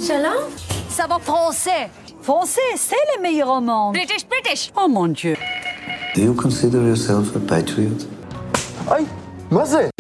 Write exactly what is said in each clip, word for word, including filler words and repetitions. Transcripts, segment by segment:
Shalom? Ça va français. Français, c'est le meilleur au monde. British, British. Oh mon Dieu. Do you consider yourself a patriot? Ay, מה זה?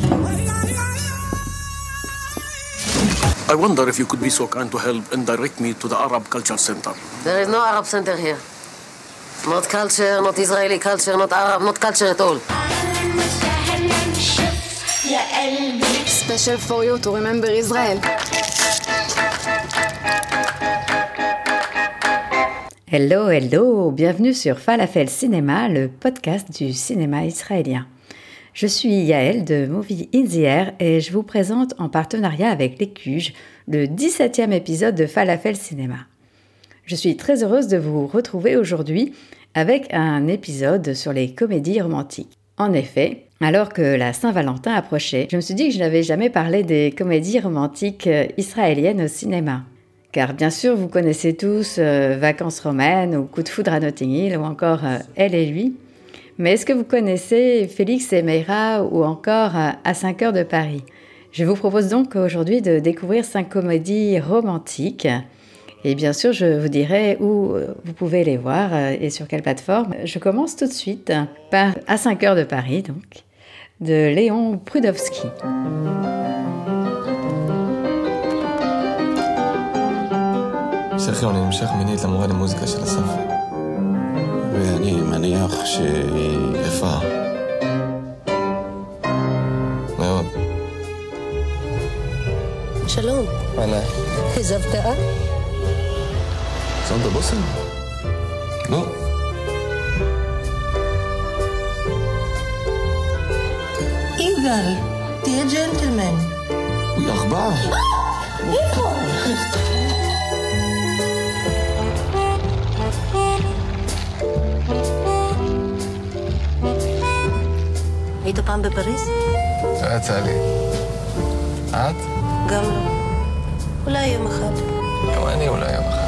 I wonder if you could be so kind to help and direct me to the Arab Culture Center. There is no Arab center here. Not culture, not Israeli culture, not Arab, not culture at all. Special for you to remember Israel. Hello, hello, bienvenue sur Falafel Cinéma, le podcast du cinéma israélien. Je suis Yael de Movie in the Air et je vous présente en partenariat avec l'E C U J le dix-septième épisode de Falafel Cinéma. Je suis très heureuse de vous retrouver aujourd'hui avec un épisode sur les comédies romantiques. En effet, alors que la Saint-Valentin approchait, je me suis dit que je n'avais jamais parlé des comédies romantiques israéliennes au cinéma. Car bien sûr, vous connaissez tous euh, Vacances romaines ou Coup de foudre à Notting Hill ou encore euh, Elle et lui. Mais est-ce que vous connaissez Félix et Meira ou encore euh, À cinq heures de Paris ? Je vous propose donc aujourd'hui de découvrir cinq comédies romantiques. Et bien sûr, je vous dirai où vous pouvez les voir et sur quelle plateforme. Je commence tout de suite par À cinq heures de Paris, donc, de Léon Prudowski. סרחיו, אני נמשך מינית למורה למוזיקה של הסף. ואני מניח שהיא יפה. מאוד. שלום. אהלן. איזו הפתעה? שמת בוסם? לא. יגאל, תהיה ג'נטלמן. אוי, עכבר. איפה? היית פעם בפריז? לא יצא לי. את? גם לא. אולי יום אחד. גם אני אולי יום אחד.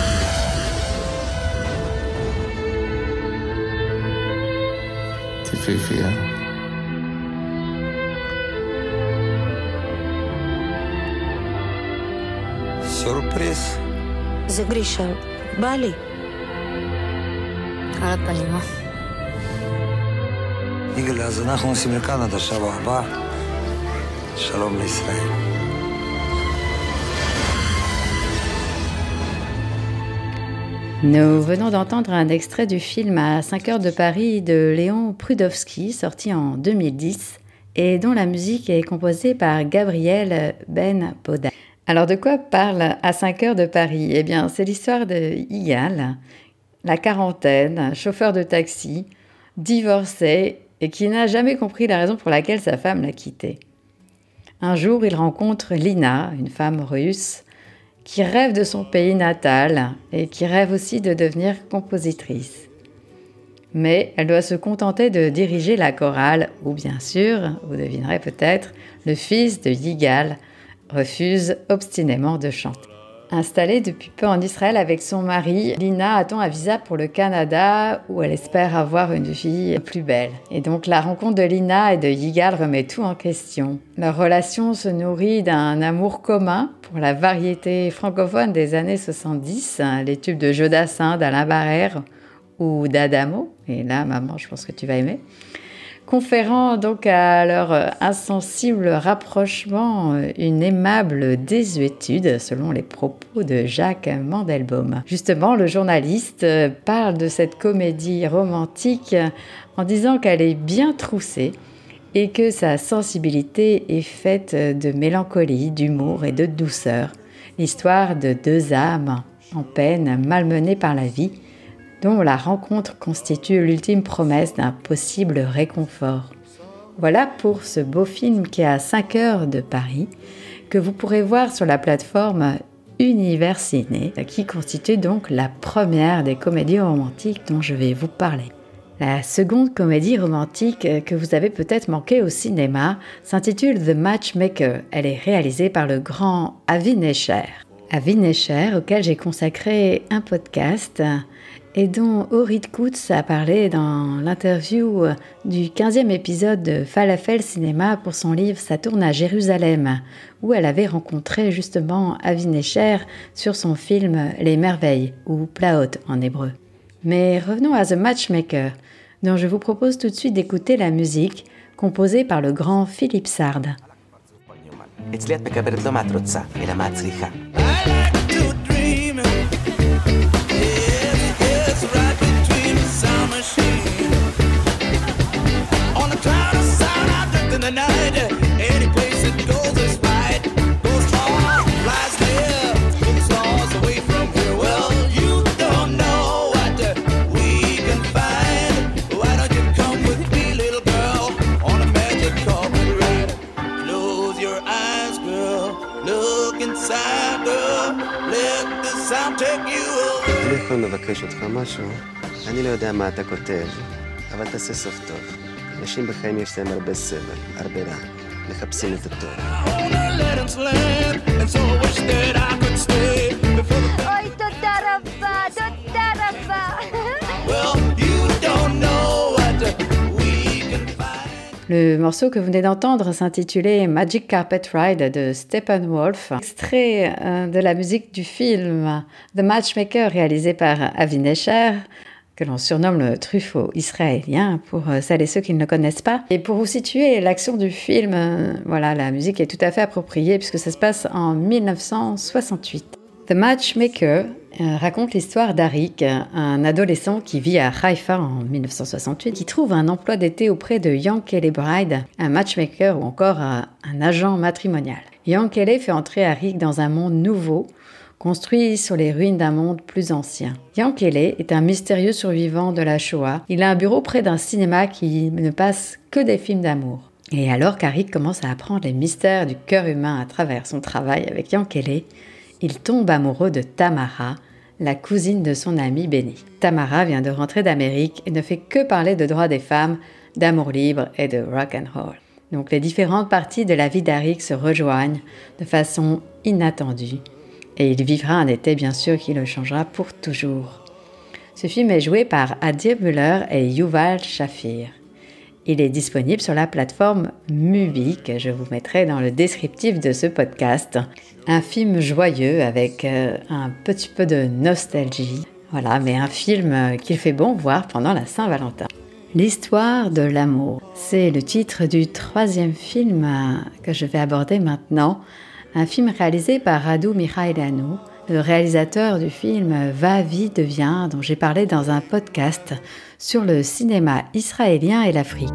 תפהפייה. סורפריז. זה גרישה. בא לי. על הפנים. יגאל, אז אנחנו עושים לקנדה שבוע הבא. שלום לישראל. Nous venons d'entendre un extrait du film À cinq heures de Paris de Léon Prudowski, sorti en deux mille dix, et dont la musique est composée par Gabriel Ben Poda. Alors de quoi parle À cinq heures de Paris ? Eh bien, c'est l'histoire de Yigal, la quarantaine, chauffeur de taxi, divorcé et qui n'a jamais compris la raison pour laquelle sa femme l'a quitté. Un jour, il rencontre Lina, une femme russe, qui rêve de son pays natal et qui rêve aussi de devenir compositrice. Mais elle doit se contenter de diriger la chorale où, bien sûr, vous devinerez peut-être, le fils de Yigal refuse obstinément de chanter. Installée depuis peu en Israël avec son mari, Lina attend un visa pour le Canada où elle espère avoir une vie plus belle. Et donc la rencontre de Lina et de Yigal remet tout en question. Leur relation se nourrit d'un amour commun pour la variété francophone des années soixante-dix, les tubes de Jodassin, d'Alain Barrère ou d'Adamo. Et là, maman, je pense que tu vas aimer. Conférant donc à leur insensible rapprochement une aimable désuétude, selon les propos de Jacques Mandelbaum. Justement, le journaliste parle de cette comédie romantique en disant qu'elle est bien troussée et que sa sensibilité est faite de mélancolie, d'humour et de douceur. L'histoire de deux âmes en peine, malmenées par la vie, dont la rencontre constitue l'ultime promesse d'un possible réconfort. Voilà pour ce beau film qui est à cinq heures de Paris, que vous pourrez voir sur la plateforme Univers Ciné, qui constitue donc la première des comédies romantiques dont je vais vous parler. La seconde comédie romantique que vous avez peut-être manqué au cinéma s'intitule The Matchmaker. Elle est réalisée par le grand Avi Nesher. Avi Nesher, auquel j'ai consacré un podcast et dont Orit Kutz a parlé dans l'interview du quinzième épisode de Falafel Cinéma pour son livre « Ça tourne à Jérusalem », où elle avait rencontré justement Avi Necher sur son film « Les Merveilles » ou « Plaot » en hébreu. Mais revenons à The Matchmaker, dont je vous propose tout de suite d'écouter la musique composée par le grand Philippe Sard. אצלי את מקבלת לא מה את רוצה, אלא מה את צריכה. הטלפון מבקש אותך משהו, אני לא יודע מה אתה כותב, אבל תעשה סוף טוב. אנשים בחיים יש להם הרבה סבל, הרבה רע, מחפשים את הטוב. אוי, תודה רבה, תודה רבה. Le morceau que vous venez d'entendre s'intitulait Magic Carpet Ride de Steppenwolf, extrait de la musique du film The Matchmaker réalisé par Avi Necher, que l'on surnomme le Truffaut israélien pour celles et ceux qui ne le connaissent pas. Et pour vous situer l'action du film, voilà, la musique est tout à fait appropriée puisque ça se passe en dix-neuf cent soixante-huit. The Matchmaker raconte l'histoire d'Arik, un adolescent qui vit à Haïfa en dix-neuf cent soixante-huit, qui trouve un emploi d'été auprès de Yankele Bride, un matchmaker ou encore un agent matrimonial. Yankele fait entrer Arik dans un monde nouveau, construit sur les ruines d'un monde plus ancien. Yankele est un mystérieux survivant de la Shoah. Il a un bureau près d'un cinéma qui ne passe que des films d'amour. Et alors qu'Arik commence à apprendre les mystères du cœur humain à travers son travail avec Yankele, il tombe amoureux de Tamara, la cousine de son ami Benny. Tamara vient de rentrer d'Amérique et ne fait que parler de droits des femmes, d'amour libre et de rock and roll. Donc les différentes parties de la vie d'Arik se rejoignent de façon inattendue et il vivra un été bien sûr qui le changera pour toujours. Ce film est joué par Adir Müller et Yuval Shafir. Il est disponible sur la plateforme Mubi, que je vous mettrai dans le descriptif de ce podcast. Un film joyeux avec euh, un petit peu de nostalgie. Voilà, mais un film euh, qu'il fait bon voir pendant la Saint-Valentin. L'histoire de l'amour. C'est le titre du troisième film euh, que je vais aborder maintenant. Un film réalisé par Radu Mihailanu, le réalisateur du film Va, vie, devient, dont j'ai parlé dans un podcast sur le cinéma israélien et l'Afrique.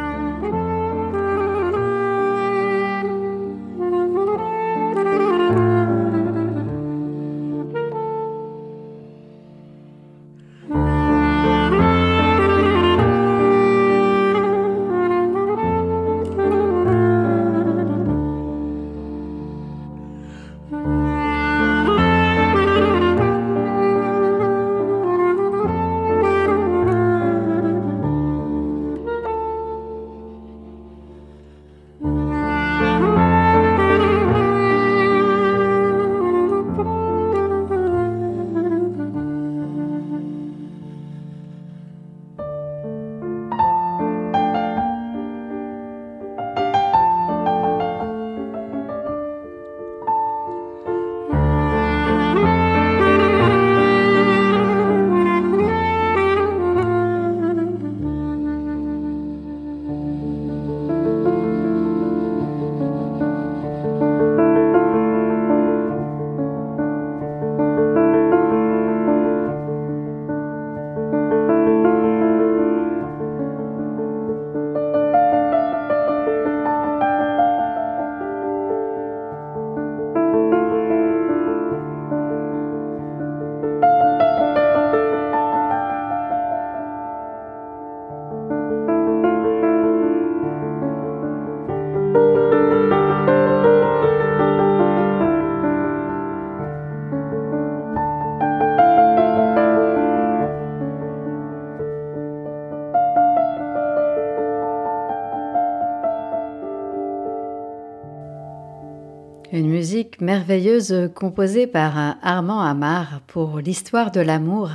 Une musique merveilleuse composée par Armand Amar pour l'histoire de l'amour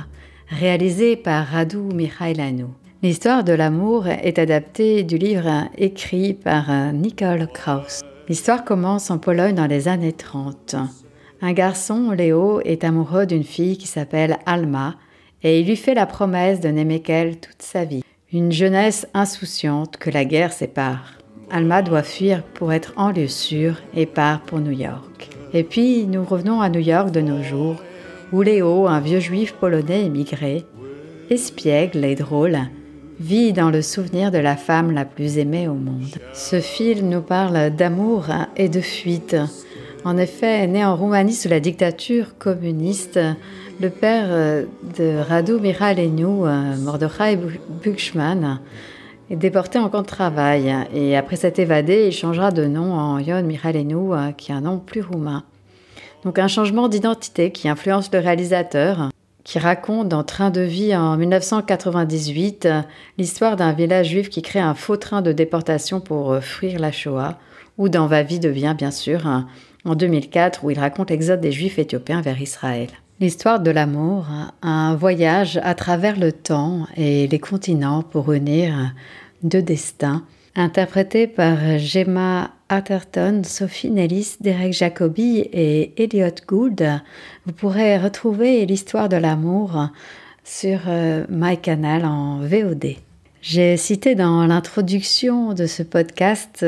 réalisé par Radu Mihailanu. L'histoire de l'amour est adaptée du livre écrit par Nicole Krauss. L'histoire commence en Pologne dans les années trente. Un garçon, Léo, est amoureux d'une fille qui s'appelle Alma et il lui fait la promesse de n'aimer qu'elle toute sa vie. Une jeunesse insouciante que la guerre sépare. Alma doit fuir pour être en lieu sûr et part pour New York. Et puis, nous revenons à New York de nos jours, où Léo, un vieux juif polonais émigré, espiègle et drôle, vit dans le souvenir de la femme la plus aimée au monde. Ce film nous parle d'amour et de fuite. En effet, né en Roumanie sous la dictature communiste, le père de Radu Mihailanu, Mordechai Buchman, est déporté en camp de travail. Et après s'être évadé, il changera de nom en Ion Mihailanu, qui est un nom plus roumain. Donc un changement d'identité qui influence le réalisateur, qui raconte dans Train de vie en dix-neuf cent quatre-vingt-dix-huit l'histoire d'un village juif qui crée un faux train de déportation pour fuir la Shoah, ou dans Va vie devient bien sûr, en deux mille quatre, où il raconte l'exode des Juifs éthiopiens vers Israël. L'histoire de l'amour, un voyage à travers le temps et les continents pour unir deux destins, interprété par Gemma Arterton, Sophie Nellis, Derek Jacobi et Elliot Gould. Vous pourrez retrouver l'histoire de l'amour sur MyCanal en V O D. J'ai cité dans l'introduction de ce podcast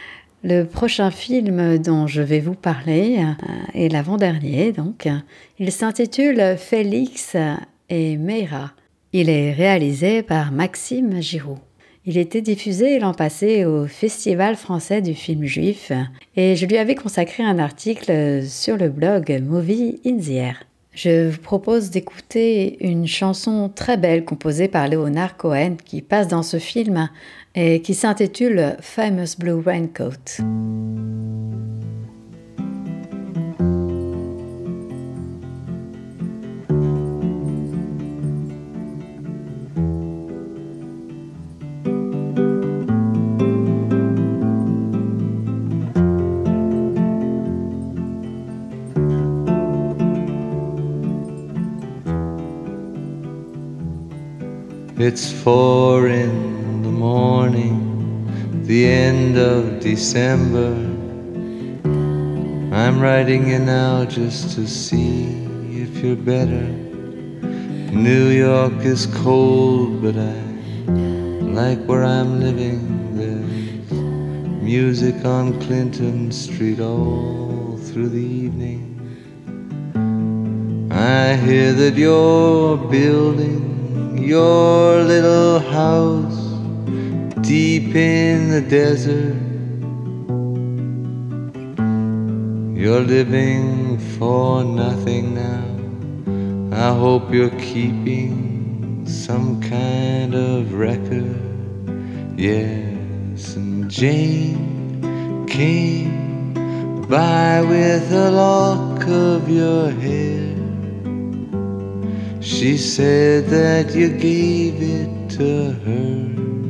le prochain film dont je vais vous parler, et l'avant-dernier donc. Il s'intitule Félix et Meira. Il est réalisé par Maxime Giroux. Il était diffusé l'an passé au Festival français du film juif et je lui avais consacré un article sur le blog Movie in the Air. Je vous propose d'écouter une chanson très belle composée par Leonard Cohen qui passe dans ce film et qui s'intitule Famous Blue Raincoat. It's four in the morning, the end of December. I'm writing you now just to see if you're better. New York is cold, but I like where I'm living. There's music on Clinton Street all through the evening. I hear that you're building your little house deep in the desert. You're living for nothing now. I hope you're keeping some kind of record. Yes, and Jane came by with a lock of your hair. She said that you gave it to her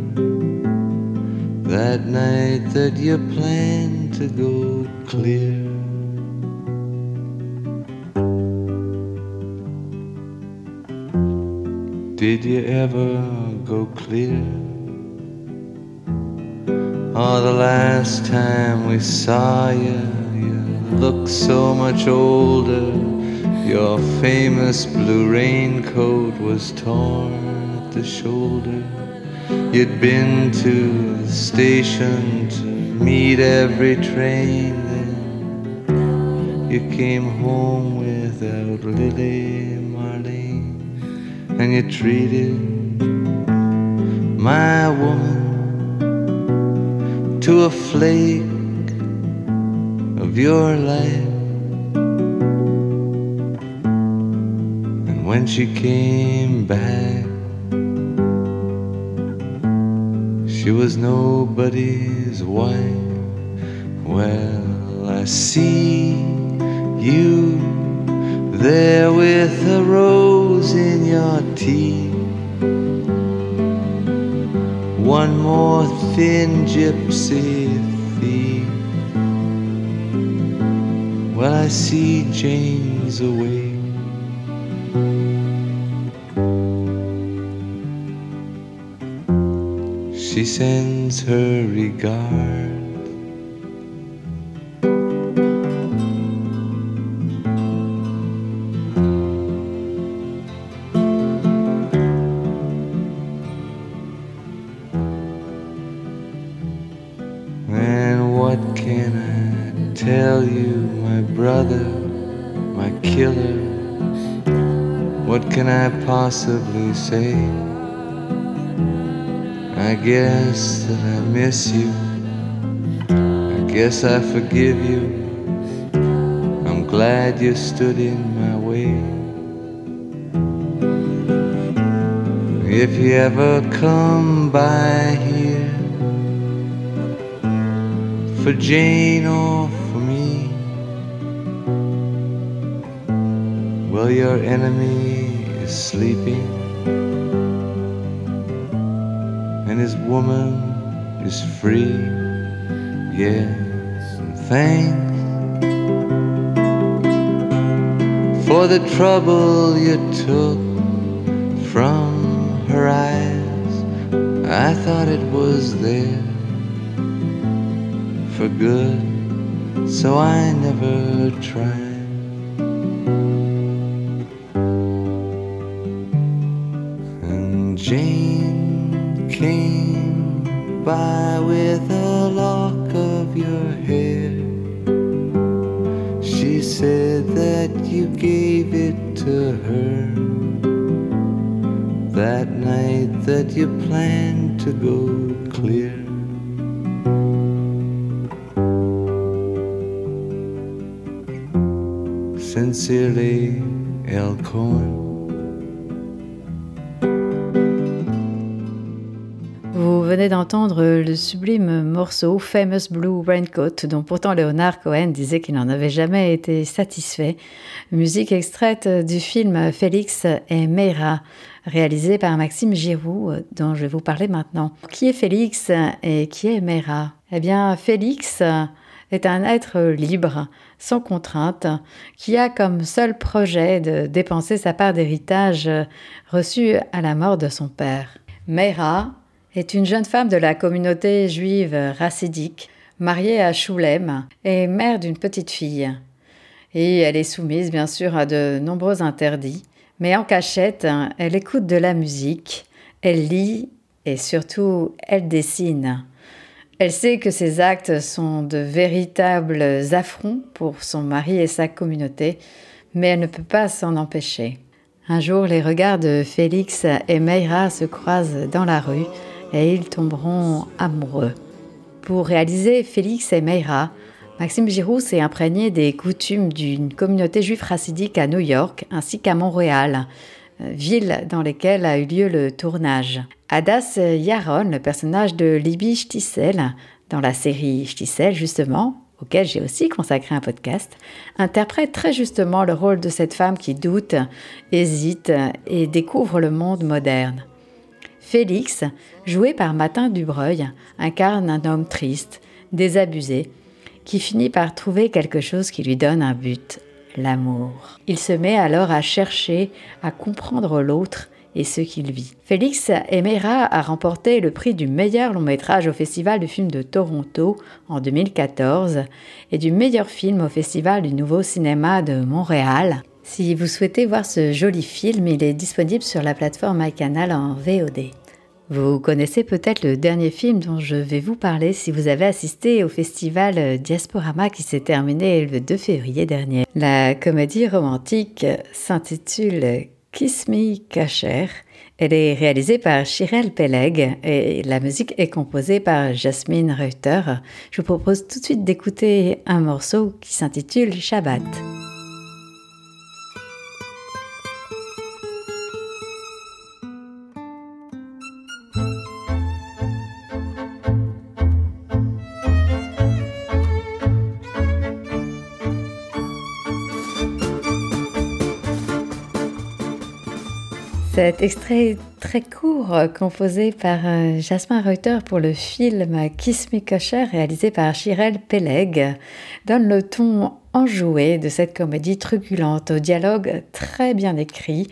that night that you planned to go clear. Did you ever go clear? Oh, the last time we saw you, you looked so much older. Your famous blue raincoat was torn at the shoulder. You'd been to the station to meet every train. Then you came home without Lily Marlene, and you treated my woman to a flake of your life. When she came back, she was nobody's wife. Well, I see you there with a rose in your teeth. One more thin gypsy thief. Well, I see Jane's away. she sends her regard. And what can I tell you, my brother, my killer? What can I possibly say? I guess that I miss you. I guess I forgive you. I'm glad you stood in my way. If you ever come by here, for Jane or for me, well, your enemy is sleeping, and his woman is free. Yes, and thanks for the trouble you took from her eyes. I thought it was there for good, so I never tried. And Jane came by with a lock of your hair. She said that you gave it to her that night that you planned to go clear. Sincerely, L. Cohen. Vous venez d'entendre le sublime morceau Famous Blue Raincoat, dont pourtant Leonard Cohen disait qu'il n'en avait jamais été satisfait. Musique extraite du film Félix et Meira, réalisé par Maxime Giroux, dont je vais vous parler maintenant. Qui est Félix et qui est Meira? Eh bien, Félix est un être libre, sans contrainte, qui a comme seul projet de dépenser sa part d'héritage reçue à la mort de son père. Meira est une jeune femme de la communauté juive racidique, mariée à Shulem et mère d'une petite fille. Et elle est soumise bien sûr à de nombreux interdits, mais en cachette, elle écoute de la musique, elle lit et surtout elle dessine. Elle sait que ses actes sont de véritables affronts pour son mari et sa communauté, mais elle ne peut pas s'en empêcher. Un jour, les regards de Félix et Meira se croisent dans la rue et ils tomberont amoureux. Pour réaliser Félix et Meira, Maxime Giroux s'est imprégné des coutumes d'une communauté juive racidique à New York ainsi qu'à Montréal, ville dans lesquelles a eu lieu le tournage. Hadas Yaron, le personnage de Libby Schtisel, dans la série Schtisel justement, auquel j'ai aussi consacré un podcast, interprète très justement le rôle de cette femme qui doute, hésite et découvre le monde moderne. Félix, joué par Martin Dubreuil, incarne un homme triste, désabusé, qui finit par trouver quelque chose qui lui donne un but, l'amour. Il se met alors à chercher, à comprendre l'autre et ce qu'il vit. Félix et Meira a remporté le prix du meilleur long-métrage au Festival du film de Toronto en deux mille quatorze et du meilleur film au Festival du Nouveau Cinéma de Montréal. Si vous souhaitez voir ce joli film, il est disponible sur la plateforme MyCanal en V O D. Vous connaissez peut-être le dernier film dont je vais vous parler si vous avez assisté au festival Diasporama qui s'est terminé le deux février dernier. La comédie romantique s'intitule Kiss Me Kasher. Elle est réalisée par Shirel Peleg et la musique est composée par Jasmine Reuter. Je vous propose tout de suite d'écouter un morceau qui s'intitule Shabbat. Cet extrait est très court, composé par Jasmine Reuter pour le film Kiss Me Kosher, réalisé par Shirel Peleg, donne le ton enjoué de cette comédie truculente, au dialogue très bien écrit,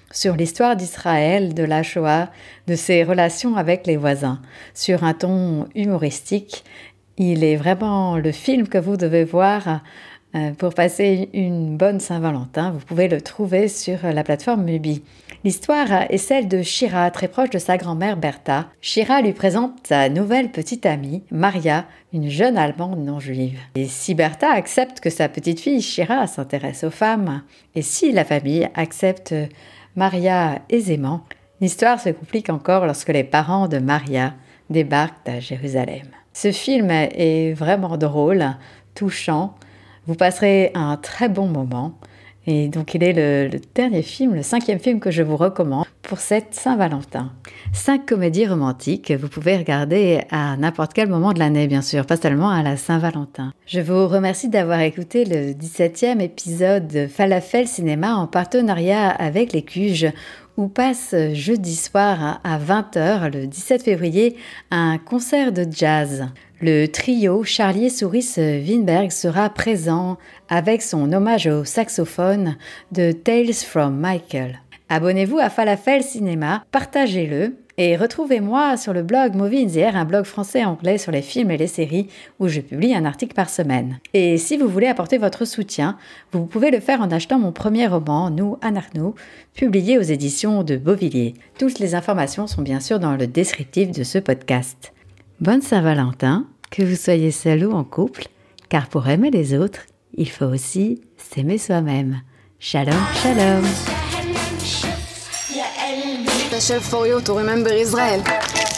sur l'histoire d'Israël, de la Shoah, de ses relations avec les voisins, sur un ton humoristique. Il est vraiment le film que vous devez voir pour passer une bonne Saint-Valentin. Vous pouvez le trouver sur la plateforme Mubi. L'histoire est celle de Shira, très proche de sa grand-mère Bertha. Shira lui présente sa nouvelle petite amie, Maria, une jeune Allemande non-juive. Et si Bertha accepte que sa petite fille Shira s'intéresse aux femmes, et si la famille accepte Maria aisément, l'histoire se complique encore lorsque les parents de Maria débarquent à Jérusalem. Ce film est vraiment drôle, touchant. Vous passerez un très bon moment. Et donc il est le, le dernier film, le cinquième film que je vous recommande pour cette Saint-Valentin. Cinq comédies romantiques que vous pouvez regarder à n'importe quel moment de l'année, bien sûr, pas seulement à la Saint-Valentin. Je vous remercie d'avoir écouté le dix-septième épisode de Falafel Cinéma en partenariat avec les Cuges, où passe jeudi soir à vingt heures, le dix-sept février, un concert de jazz. Le trio Charlier Souris Winberg sera présent avec son hommage au saxophone de Tales from Michael. Abonnez-vous à Falafel Cinéma, partagez-le et retrouvez-moi sur le blog Movie in the Air, un blog français-anglais sur les films et les séries où je publie un article par semaine. Et si vous voulez apporter votre soutien, vous pouvez le faire en achetant mon premier roman, Nous, Anarnou, publié aux éditions de Beauvilliers. Toutes les informations sont bien sûr dans le descriptif de ce podcast. Bonne Saint-Valentin, que vous soyez seul ou en couple, car pour aimer les autres, il faut aussi s'aimer soi-même. Shalom, shalom. Special for you to remember Israel.